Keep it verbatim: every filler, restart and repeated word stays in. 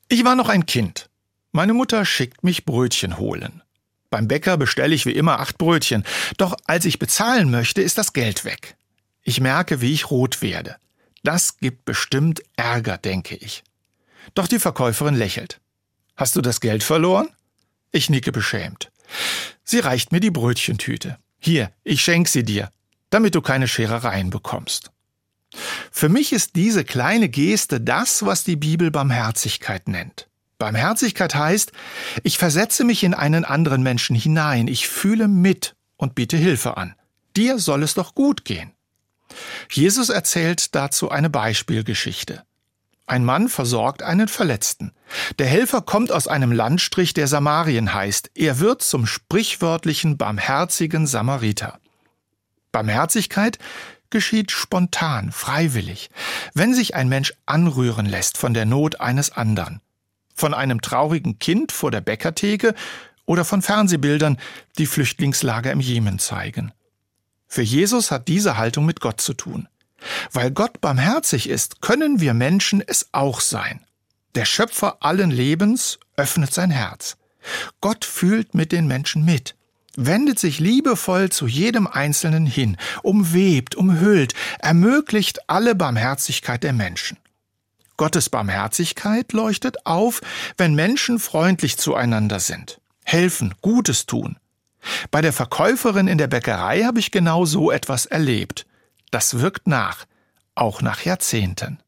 Ich war noch ein Kind. Meine Mutter schickt mich Brötchen holen. Beim Bäcker bestelle ich wie immer acht Brötchen, doch als ich bezahlen möchte, ist das Geld weg. Ich merke, wie ich rot werde. Das gibt bestimmt Ärger, denke ich. Doch die Verkäuferin lächelt. Hast du das Geld verloren? Ich nicke beschämt. Sie reicht mir die Brötchentüte. Hier, ich schenk sie dir, damit du keine Scherereien bekommst. Für mich ist diese kleine Geste das, was die Bibel Barmherzigkeit nennt. Barmherzigkeit heißt, ich versetze mich in einen anderen Menschen hinein, ich fühle mit und biete Hilfe an. Dir soll es doch gut gehen. Jesus erzählt dazu eine Beispielgeschichte. Ein Mann versorgt einen Verletzten. Der Helfer kommt aus einem Landstrich, der Samarien heißt. Er wird zum sprichwörtlichen barmherzigen Samariter. Barmherzigkeit geschieht spontan, freiwillig, wenn sich ein Mensch anrühren lässt von der Not eines anderen. Von einem traurigen Kind vor der Bäckertheke oder von Fernsehbildern, die Flüchtlingslager im Jemen zeigen. Für Jesus hat diese Haltung mit Gott zu tun. Weil Gott barmherzig ist, können wir Menschen es auch sein. Der Schöpfer allen Lebens öffnet sein Herz. Gott fühlt mit den Menschen mit, wendet sich liebevoll zu jedem Einzelnen hin, umwebt, umhüllt, ermöglicht alle Barmherzigkeit der Menschen. Gottes Barmherzigkeit leuchtet auf, wenn Menschen freundlich zueinander sind, helfen, Gutes tun. Bei der Verkäuferin in der Bäckerei habe ich genau so etwas erlebt. Das wirkt nach, auch nach Jahrzehnten.